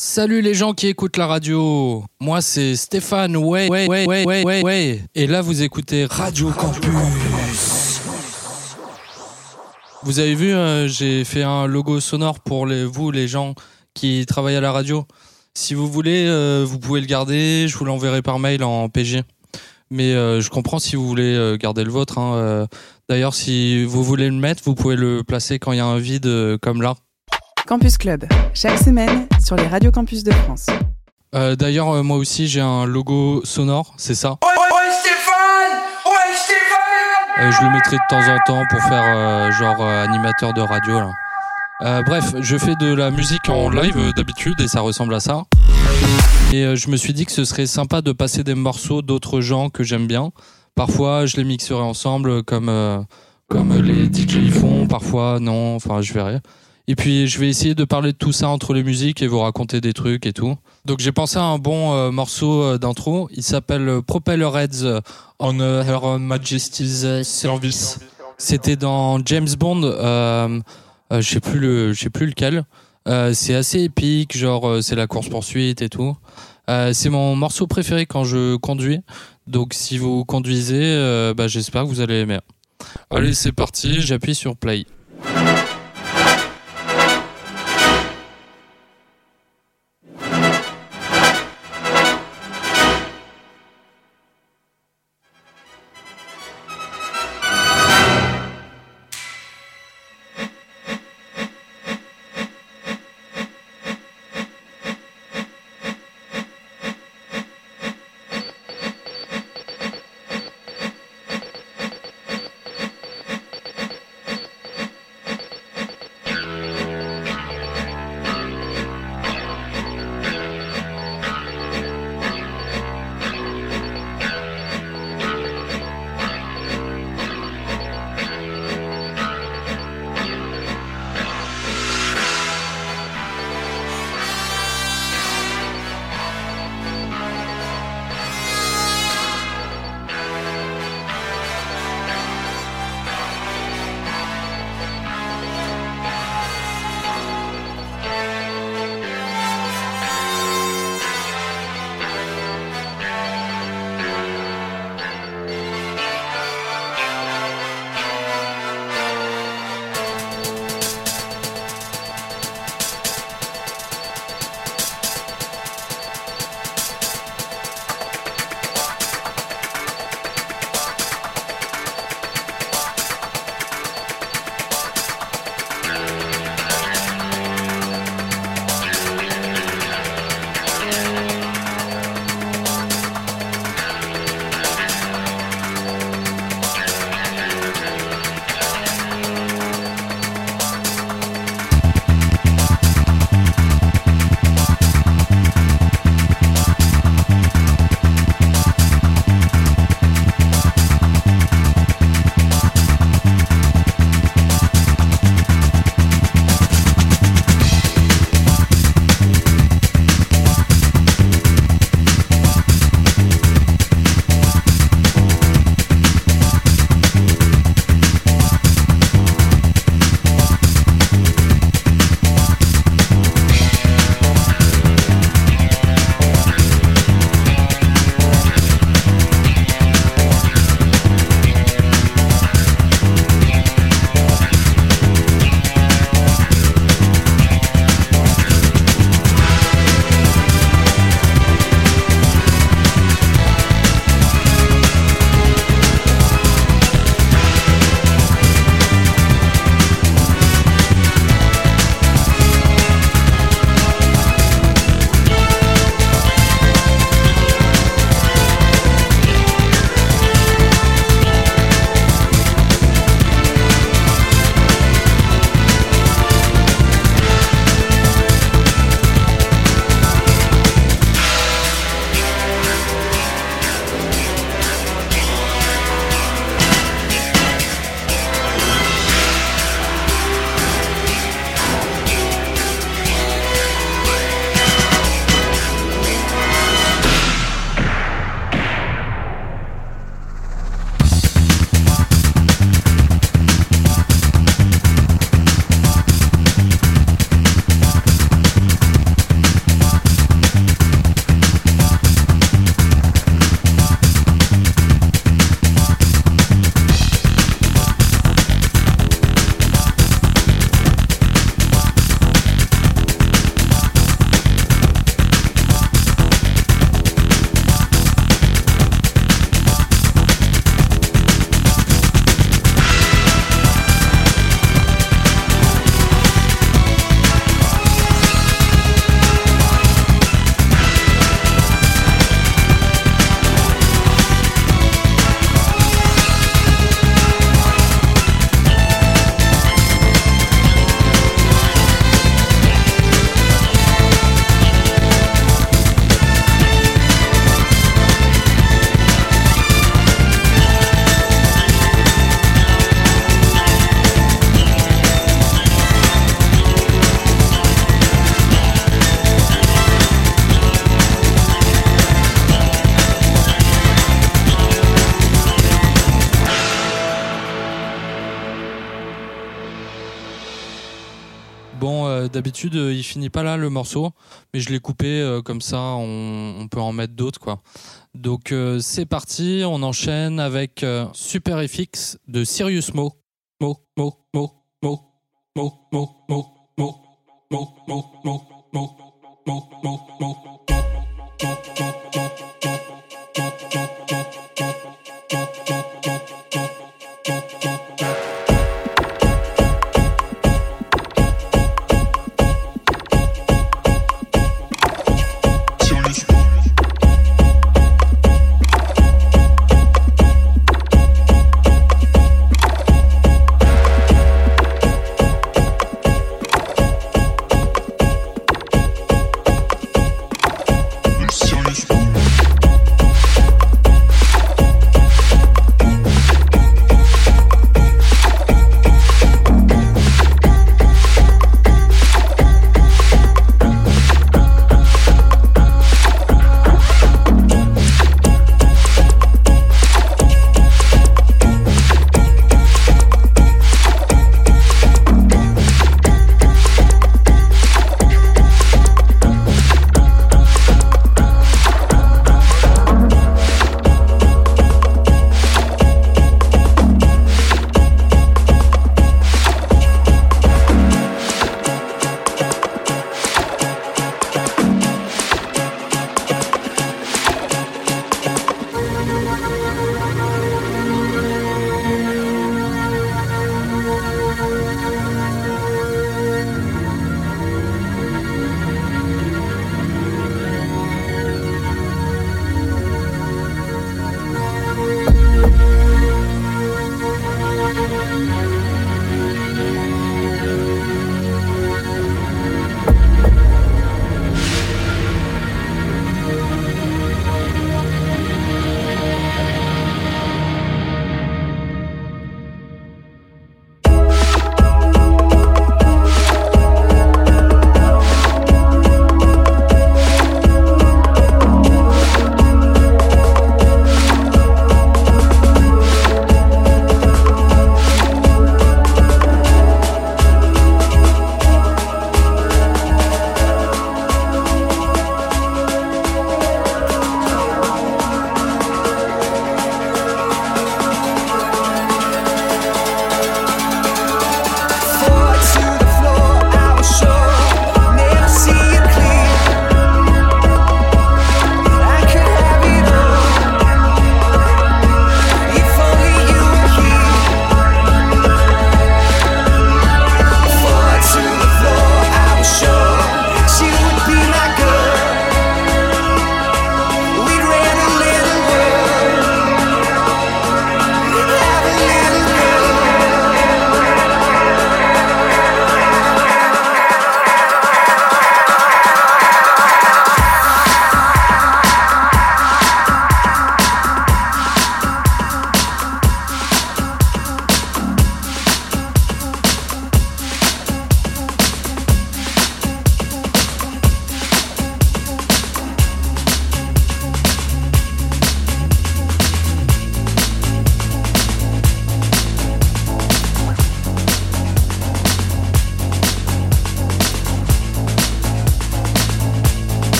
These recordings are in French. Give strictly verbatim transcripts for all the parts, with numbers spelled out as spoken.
Salut les gens qui écoutent la radio. Moi c'est Stéphane, ouais, ouais, ouais, ouais, ouais, ouais, ouais. Et là vous écoutez Radio Campus. Vous avez vu, euh, j'ai fait un logo sonore pour les, vous les gens qui travaillent à la radio. Si vous voulez, euh, vous pouvez le garder, je vous l'enverrai par mail en P G. Mais euh, je comprends si vous voulez euh, garder le vôtre. Hein. Euh, d'ailleurs, si vous voulez le mettre, vous pouvez le placer quand il y a un vide euh, comme là. Campus Club, chaque semaine sur les radios campus de France. Euh, d'ailleurs, euh, moi aussi, j'ai un logo sonore, c'est ça. Ouais, ouais, Stéphane! Ouais, Stéphane! Euh, je le mettrai de temps en temps pour faire euh, genre euh, animateur de radio, là. Euh, bref, je fais de la musique en live euh, d'habitude et ça ressemble à ça. Et euh, je me suis dit que ce serait sympa de passer des morceaux d'autres gens que j'aime bien. Parfois, je les mixerai ensemble comme, euh, comme les D J font, parfois non, enfin je verrai. Et puis je vais essayer de parler de tout ça entre les musiques et vous raconter des trucs et tout. Donc j'ai pensé à un bon euh, morceau euh, d'intro. Il s'appelle Propellerheads on uh, Her Majesty's Service. C'était dans James Bond. Euh, euh, je sais plus le, je sais plus lequel. Euh, c'est assez épique, genre euh, c'est la course poursuite et tout. Euh, c'est mon morceau préféré quand je conduis. Donc si vous conduisez, euh, bah, j'espère que vous allez aimer. Allez, c'est parti. J'appuie sur play. d'habitude, euh, il finit pas là le morceau, mais je l'ai coupé euh, comme ça, on, on peut en mettre d'autres, quoi. Donc euh, c'est parti, on enchaîne avec euh, Super F X de Sirius Mo. Mo, Mo, Mo, Mo, Mo, Mo, Mo, Mo, Mo, Mo, Mo, Mo, Mo, Mo, Mo.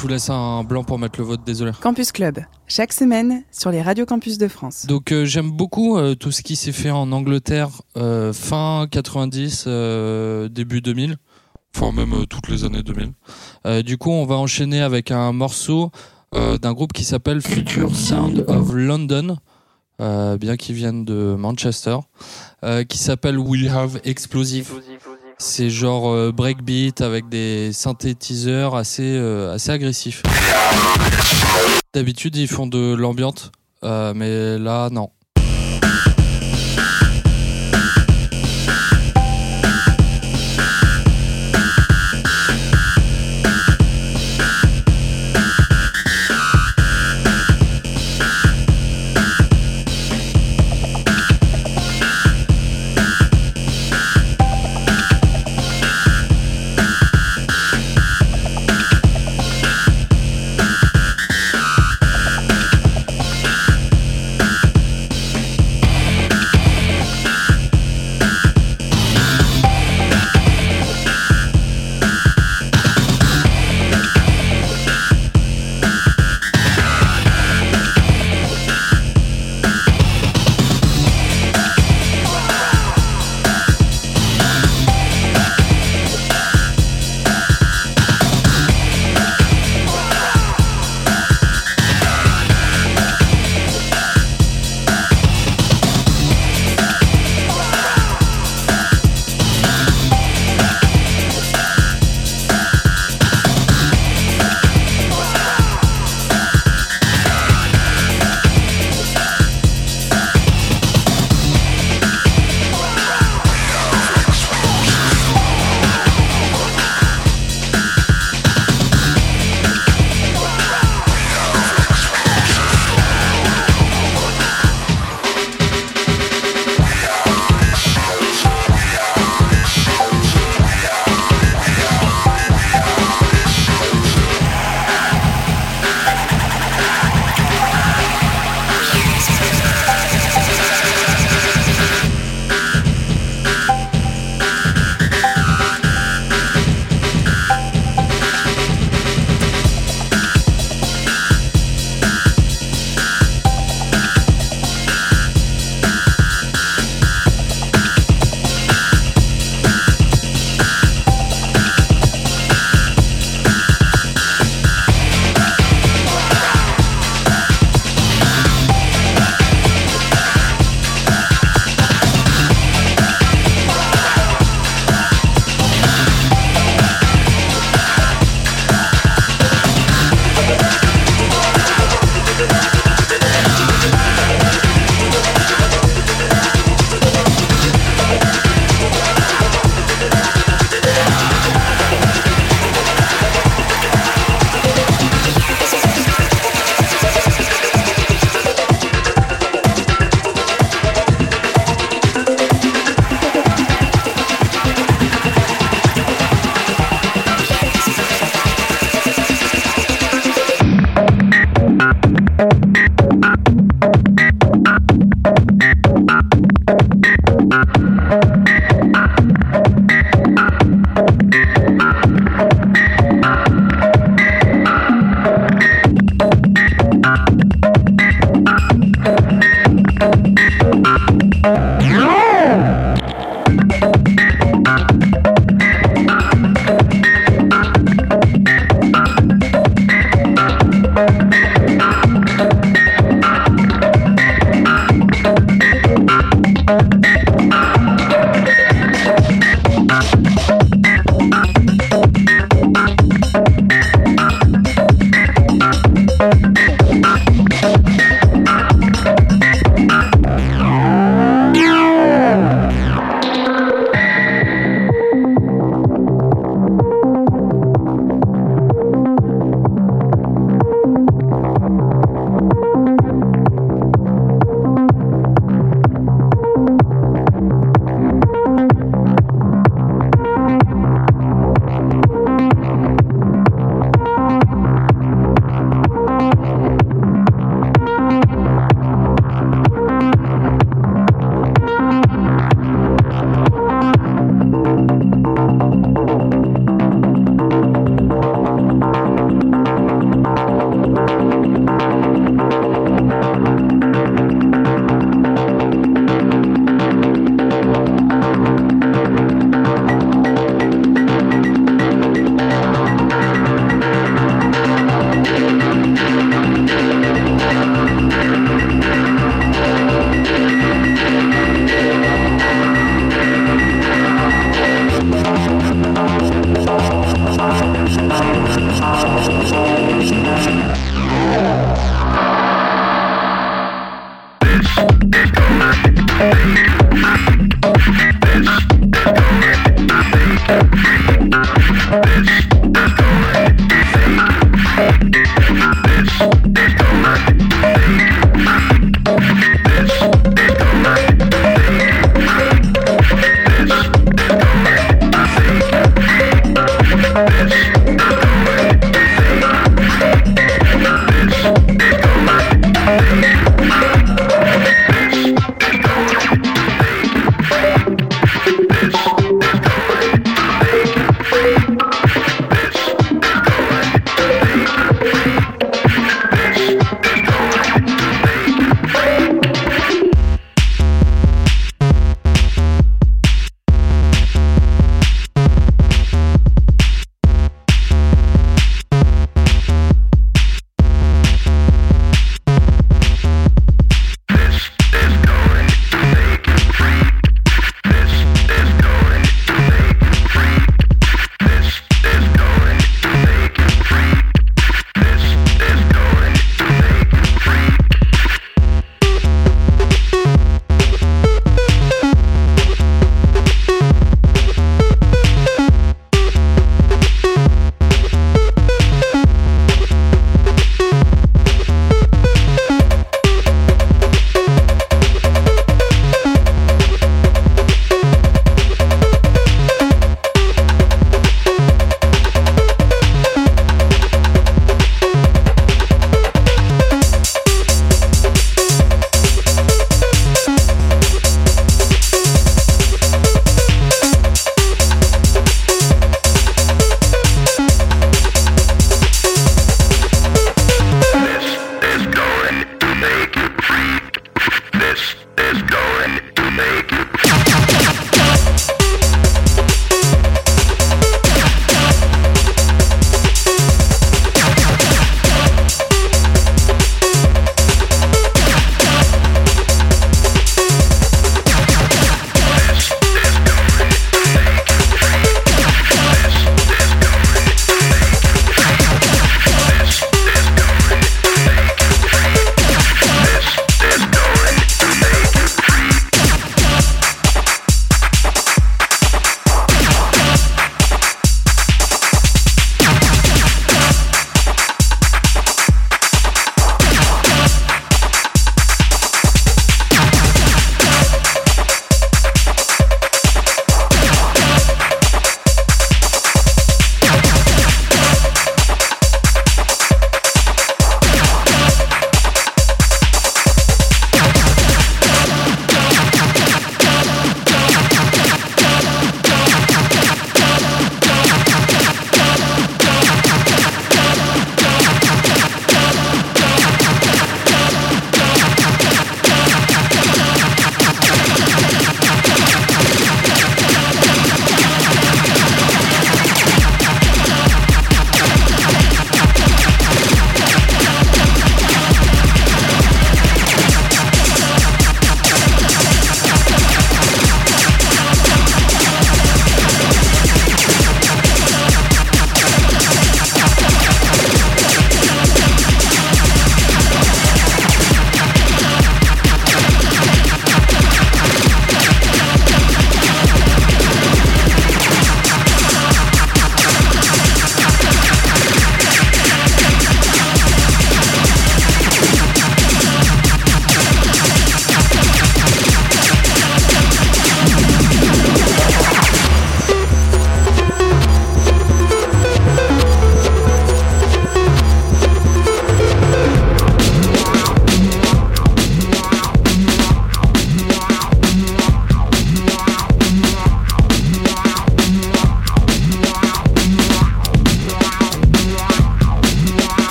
vous laisse un blanc pour mettre le vote, désolé. Campus Club, chaque semaine sur les radios campus de France. Donc euh, j'aime beaucoup euh, tout ce qui s'est fait en Angleterre euh, fin quatre-vingt-dix, euh, début deux mille, enfin même euh, toutes les années deux mille. Euh, du coup on va enchaîner avec un morceau euh, d'un groupe qui s'appelle Future Sound of London, euh, bien qu'ils viennent de Manchester, euh, qui s'appelle We Have Explosive. C'est genre euh, breakbeat avec des synthétiseurs assez, euh, assez agressifs. D'habitude, ils font de l'ambiante, euh, mais là, non.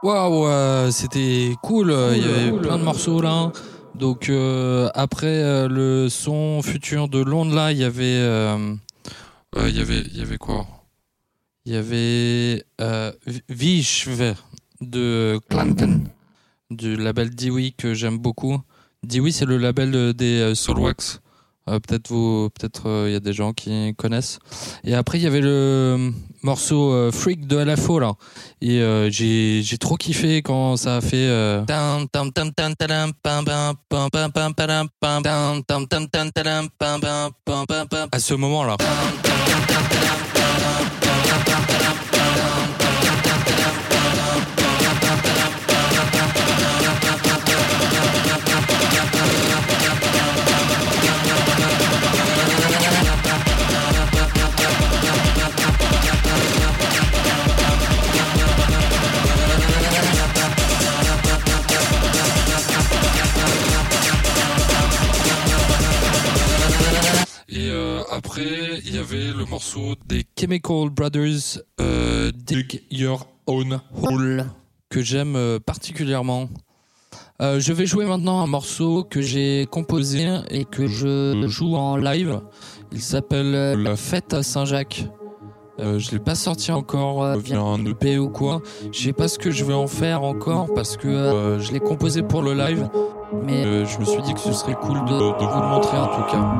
Waouh, euh, c'était cool. Il y avait plein de morceaux là. Donc euh, après euh, le son futur de Londres là, il y avait, euh, euh, il y avait, il y avait quoi? Il y avait euh, Vishve de Clanton, du label Dewey que j'aime beaucoup. Dewey, c'est le label des euh, Soulwax. Euh, peut-être vous, peut-être il euh, y a des gens qui connaissent. Et après il y avait le morceau euh, Freak de L F O là. Et euh, j'ai j'ai trop kiffé quand ça a fait euh... à ce moment là. Et euh, après, il y avait le morceau des Chemical Brothers, euh, Dig Your Own Hole, que j'aime euh, particulièrement. Euh, je vais jouer maintenant un morceau que j'ai composé et que je joue en live. Il s'appelle La Fête à Saint-Jacques. Euh, je l'ai pas sorti encore euh, via un E P ou quoi. Je sais pas ce que je vais en faire encore parce que euh, je l'ai composé pour le live. Mais euh, je me suis dit que ce serait cool de, de vous le montrer en tout cas.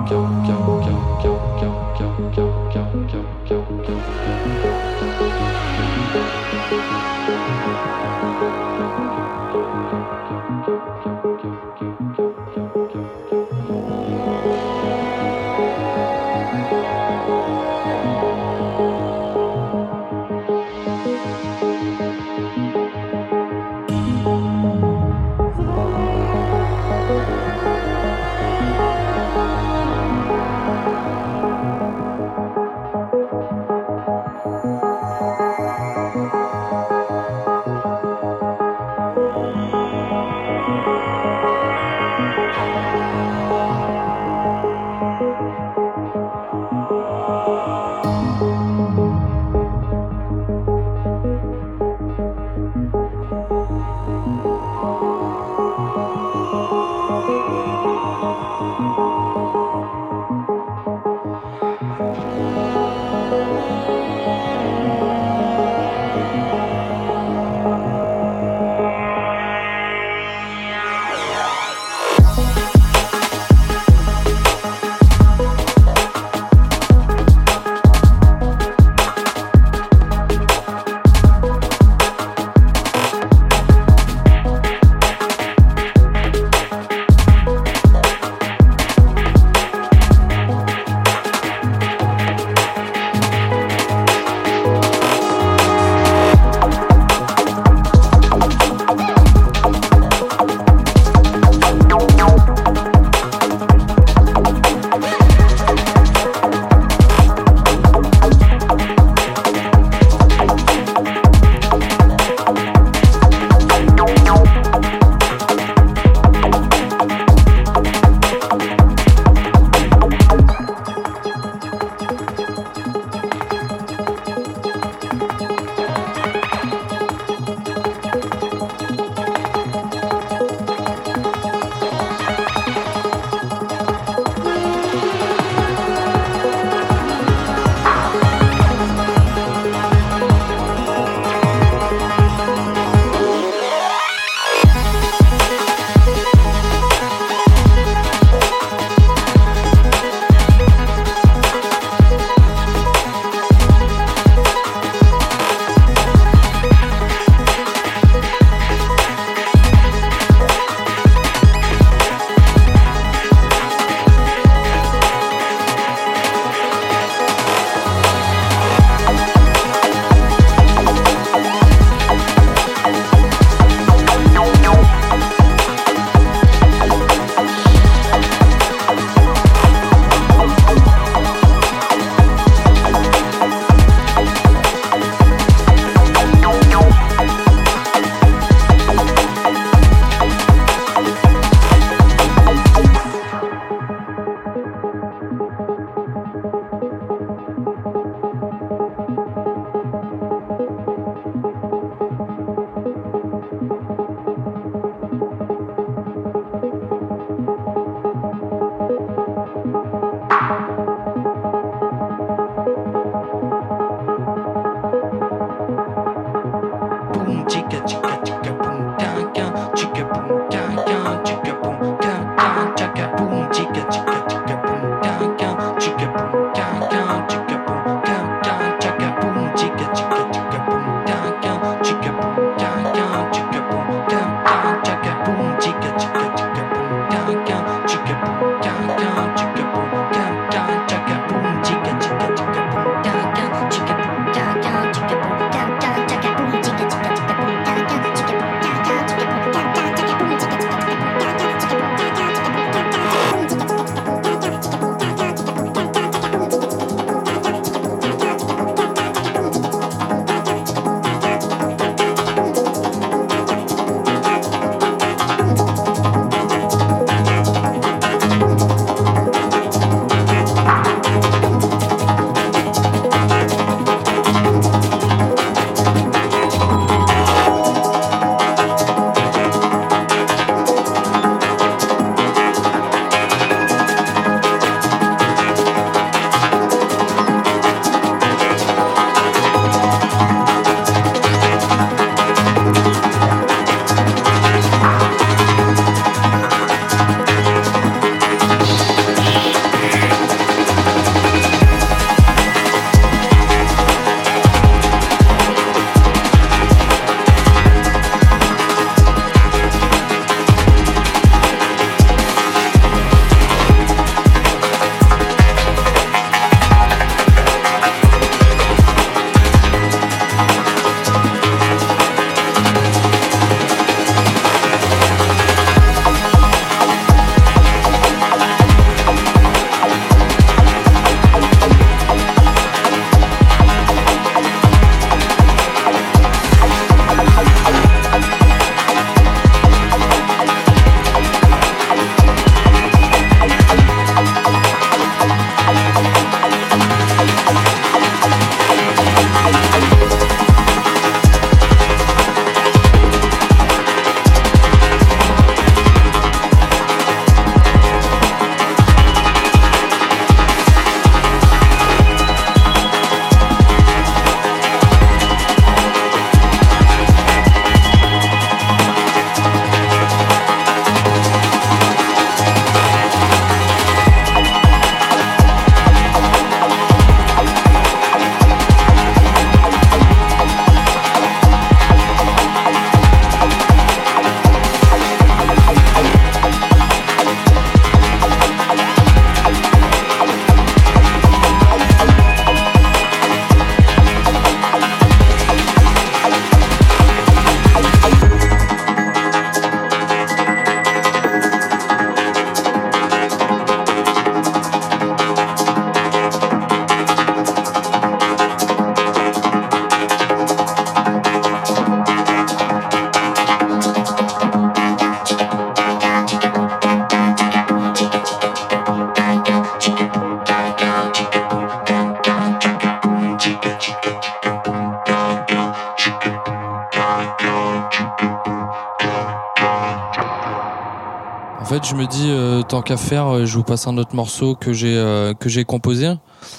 fait, je me dis, euh, tant qu'à faire, je vous passe un autre morceau que j'ai euh, que j'ai composé.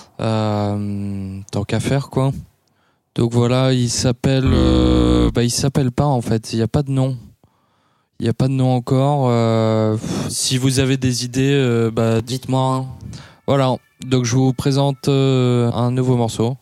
Euh, tant qu'à faire, quoi. Donc voilà, il s'appelle... Euh, bah, il s'appelle pas, en fait. Il n'y a pas de nom. Il n'y a pas de nom encore. Euh, si vous avez des idées, euh, bah, dites-moi. Voilà, donc je vous présente euh, un nouveau morceau.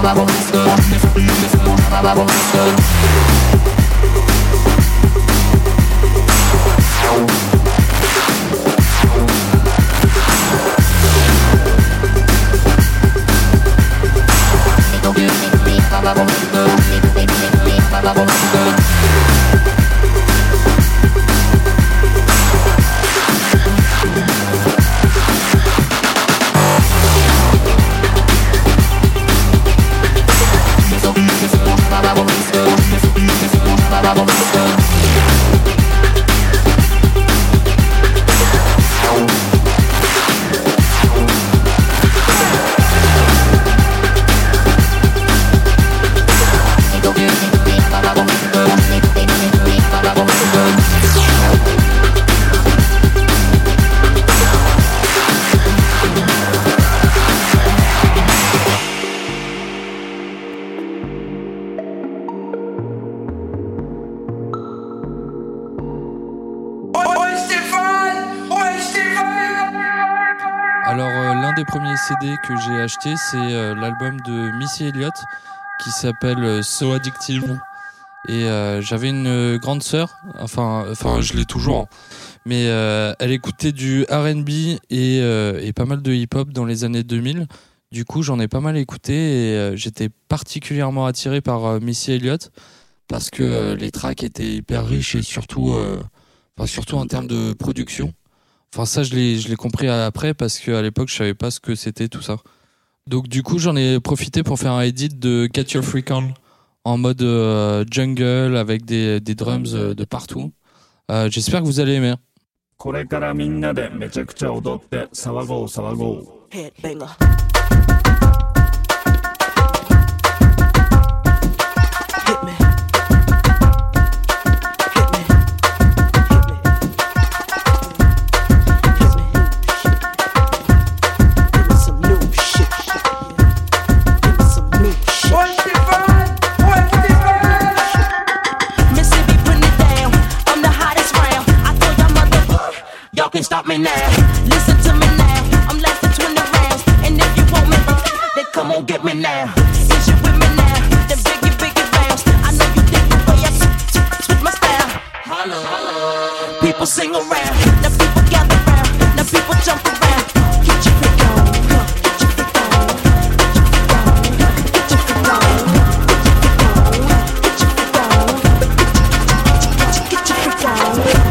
C D que j'ai acheté, c'est euh, l'album de Missy Elliott qui s'appelle euh, So Addictive. Et euh, j'avais une euh, grande sœur, enfin, enfin, je l'ai toujours, hein, mais euh, elle écoutait du R and B et, euh, et pas mal de hip-hop dans les années deux mille. Du coup, j'en ai pas mal écouté et euh, j'étais particulièrement attiré par euh, Missy Elliott parce que euh, les tracks étaient hyper riches et surtout, euh, enfin, surtout en termes de production. Enfin, ça, je l'ai, je l'ai compris après parce qu'à l'époque, je savais pas ce que c'était tout ça. Donc, du coup, j'en ai profité pour faire un edit de Catch Your Freak On en mode euh, jungle avec des, des drums euh, de partout. Euh, j'espère que vous allez aimer. Headbanger. Can't stop me now. Listen to me now. I'm lasting twenty rounds. And if you want me, then come on get me now. Since you with me now, then biggie, biggie bounce. I know you think the way I switch my style. Holla, holla. People sing around. Now people gather round. Now people jump around. Get your freak on. Get your freak on. Get your freak on. Get your freak on. Get your freak on. Get your freak on.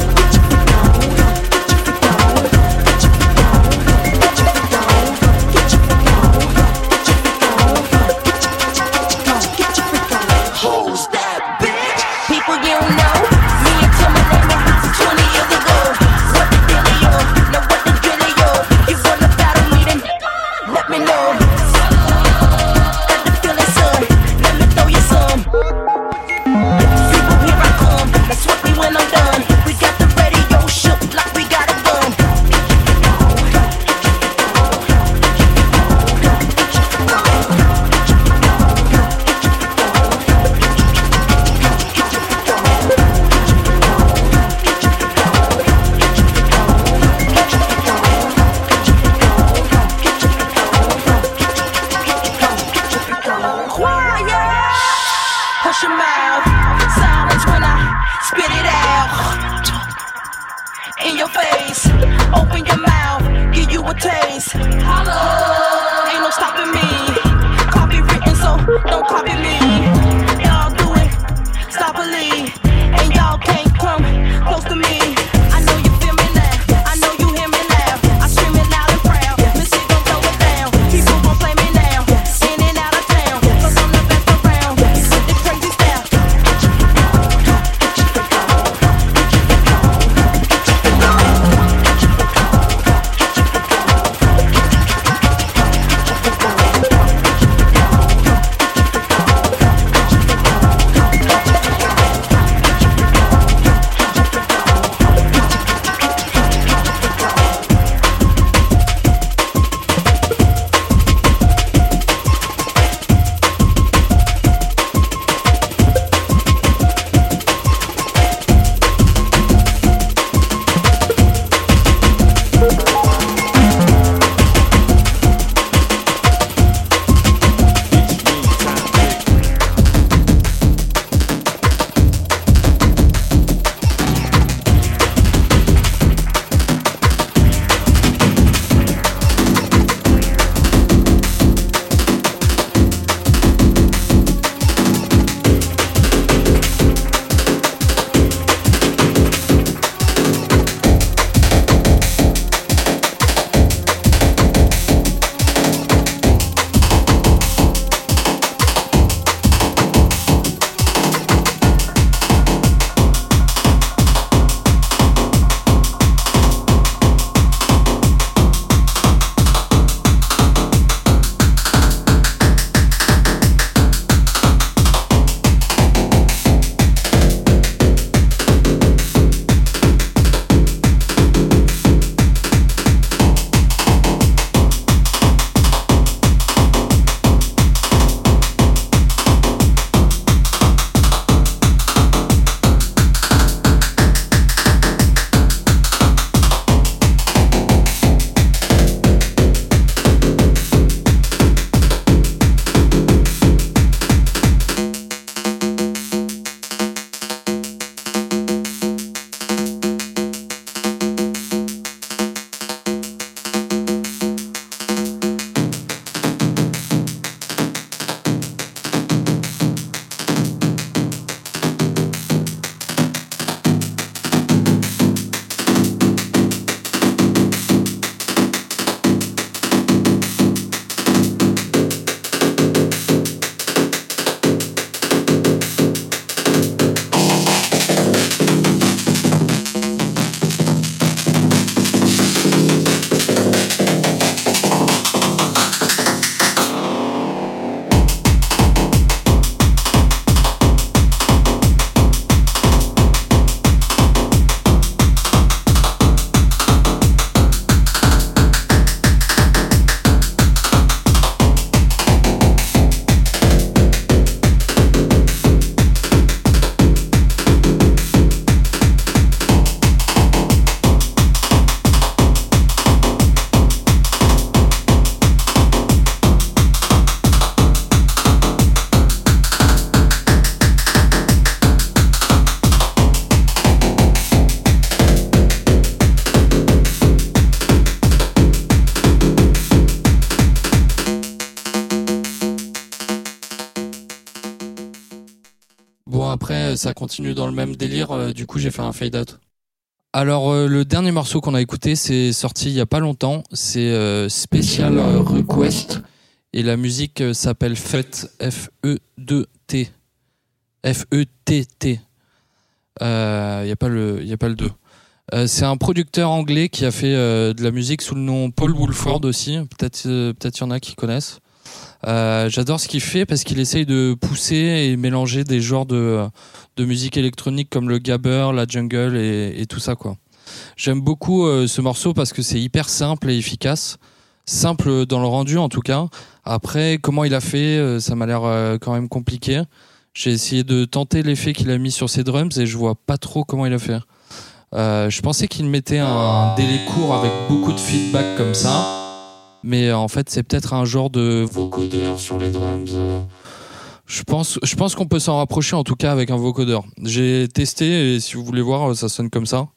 ça continue dans le même délire. Euh, du coup, j'ai fait un fade out. Alors, euh, le dernier morceau qu'on a écouté, c'est sorti il y a pas longtemps. C'est euh, Special Request. Et la musique euh, s'appelle Fête, F E deux T. F E T T. Il euh, n'y a pas le, y a pas le deux. Euh, c'est un producteur anglais qui a fait euh, de la musique sous le nom Paul Woolford aussi. Peut-être euh, peut-être y en a qui connaissent. Euh, j'adore ce qu'il fait parce qu'il essaye de pousser et mélanger des genres de, de musique électronique comme le gabber, la jungle et, et tout ça, quoi. J'aime beaucoup euh, ce morceau parce que c'est hyper simple et efficace. Simple dans le rendu en tout cas. Après, comment il a fait, euh, ça m'a l'air euh, quand même compliqué. J'ai essayé de tenter l'effet qu'il a mis sur ses drums et je vois pas trop comment il a fait. Euh, je pensais qu'il mettait un délai court avec beaucoup de feedback comme ça, mais en fait c'est peut-être un genre de vocodeur sur les drums. Je pense, je pense qu'on peut s'en rapprocher en tout cas avec un vocodeur. J'ai testé et si vous voulez voir, ça sonne comme ça.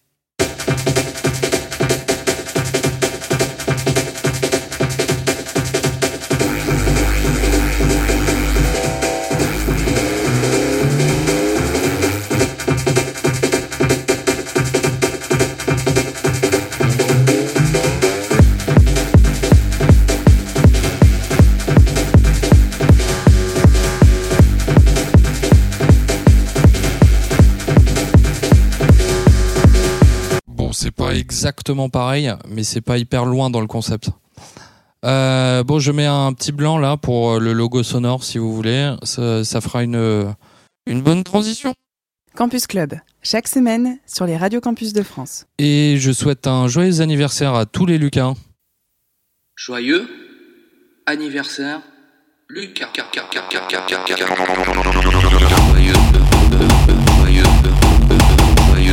C'est pas exactement pareil, mais c'est pas hyper loin dans le concept. Euh, bon, je mets un petit blanc là pour le logo sonore si vous voulez. Ça, ça fera une, une bonne transition. Campus Club, chaque semaine sur les radios campus de France. Et je souhaite un joyeux anniversaire à tous les Lucas. Joyeux anniversaire, Lucas. Joyeux, joyeux, joyeux.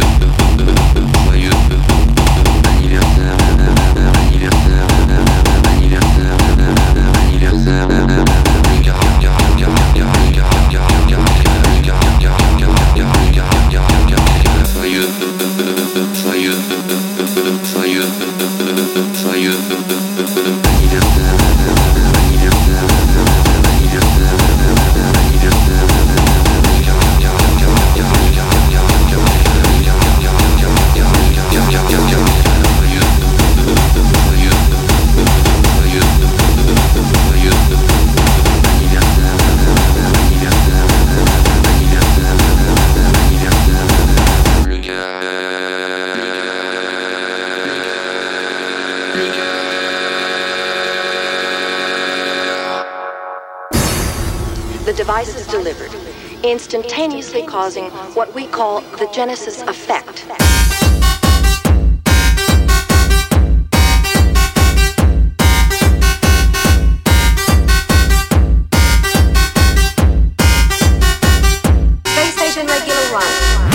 The device is delivered, instantaneously causing what we call the Genesis effect. Space station regular run.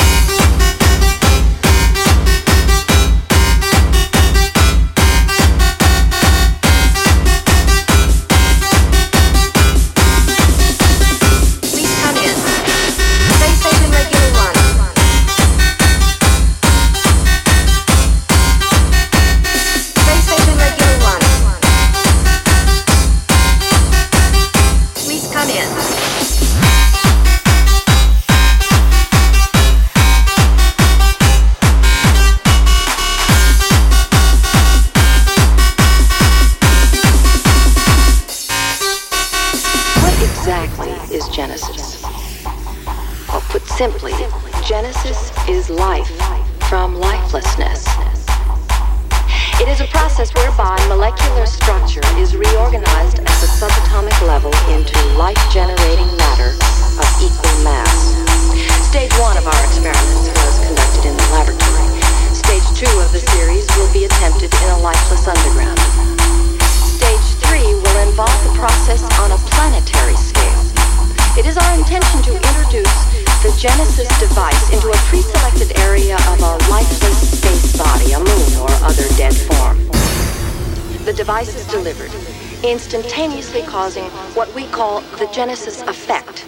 Simply, Genesis is life from lifelessness. It is a process whereby molecular structure is reorganized at the subatomic level into life-generating matter of equal mass. Stage one of our experiments was conducted in the laboratory. Stage two of the series will be attempted in a lifeless underground. Stage three will involve the process on a planetary scale. It is our intention to introduce the Genesis device into a pre-selected area of a lifeless space body, a moon or other dead form. The device is delivered, instantaneously causing what we call the Genesis effect.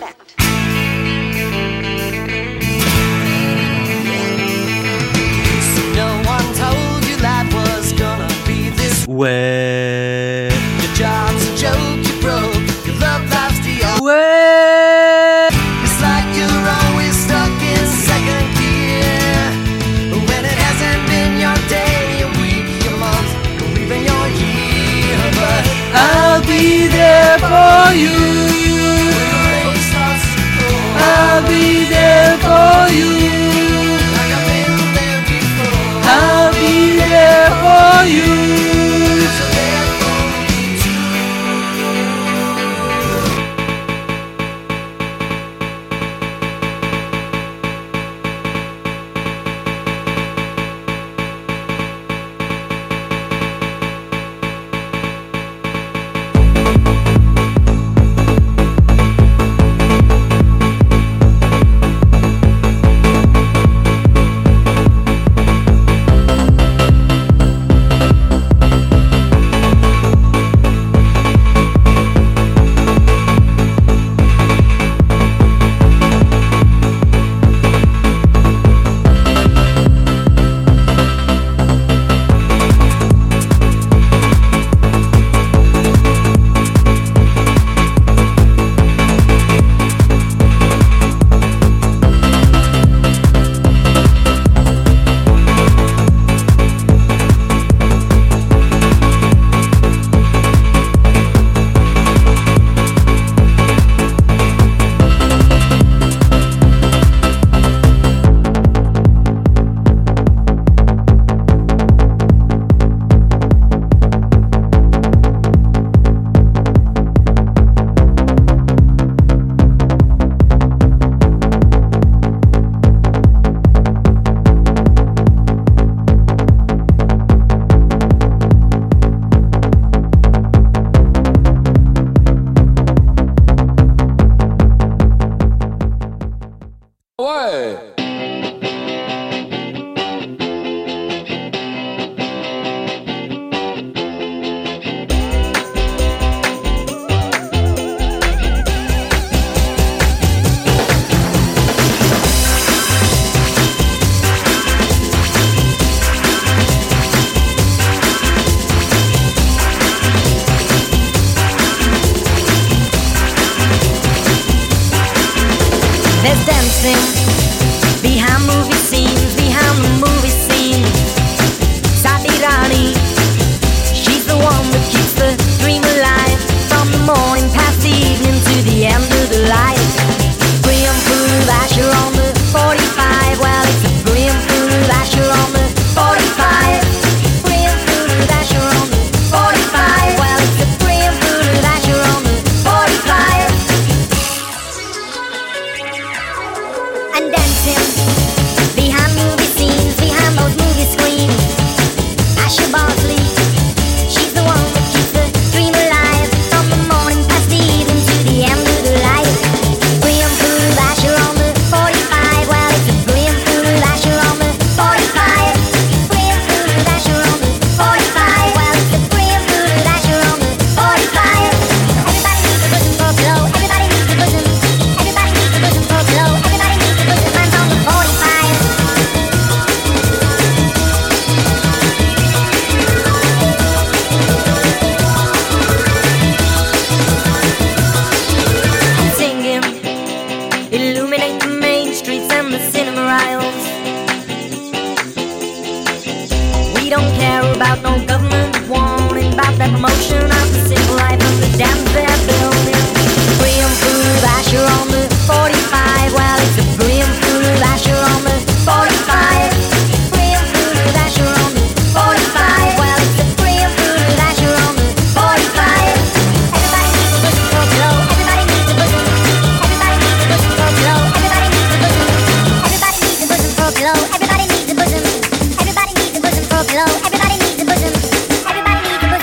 No one told you life was gonna be this way. Your job's a joke, you broke, your love life's the Ouais. It's like you're always stuck in for you. I'll be there for you. I'll be there for you.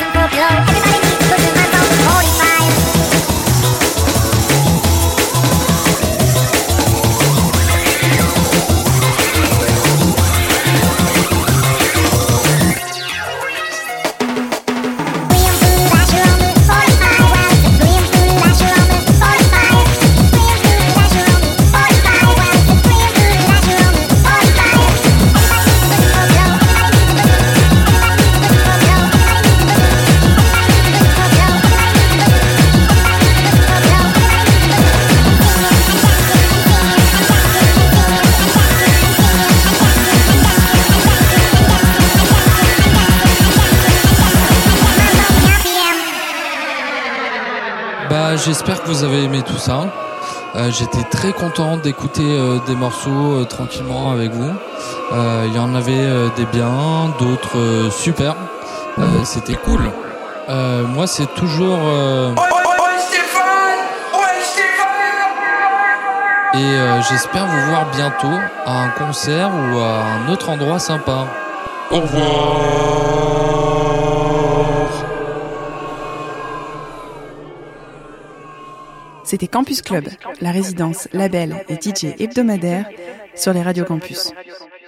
Everybody needs a bosom. Everybody needs a bosom. Hands on the forty-five. j'espère que vous avez aimé tout ça. Euh, j'étais très content d'écouter euh, des morceaux euh, tranquillement avec vous. Il euh, y en avait euh, des biens, d'autres euh, super. Euh, c'était cool. Euh, moi, c'est toujours... Euh... Et euh, j'espère vous voir bientôt à un concert ou à un autre endroit sympa. Au revoir. C'était Campus Club, la résidence, label et D J hebdomadaire sur les radios campus.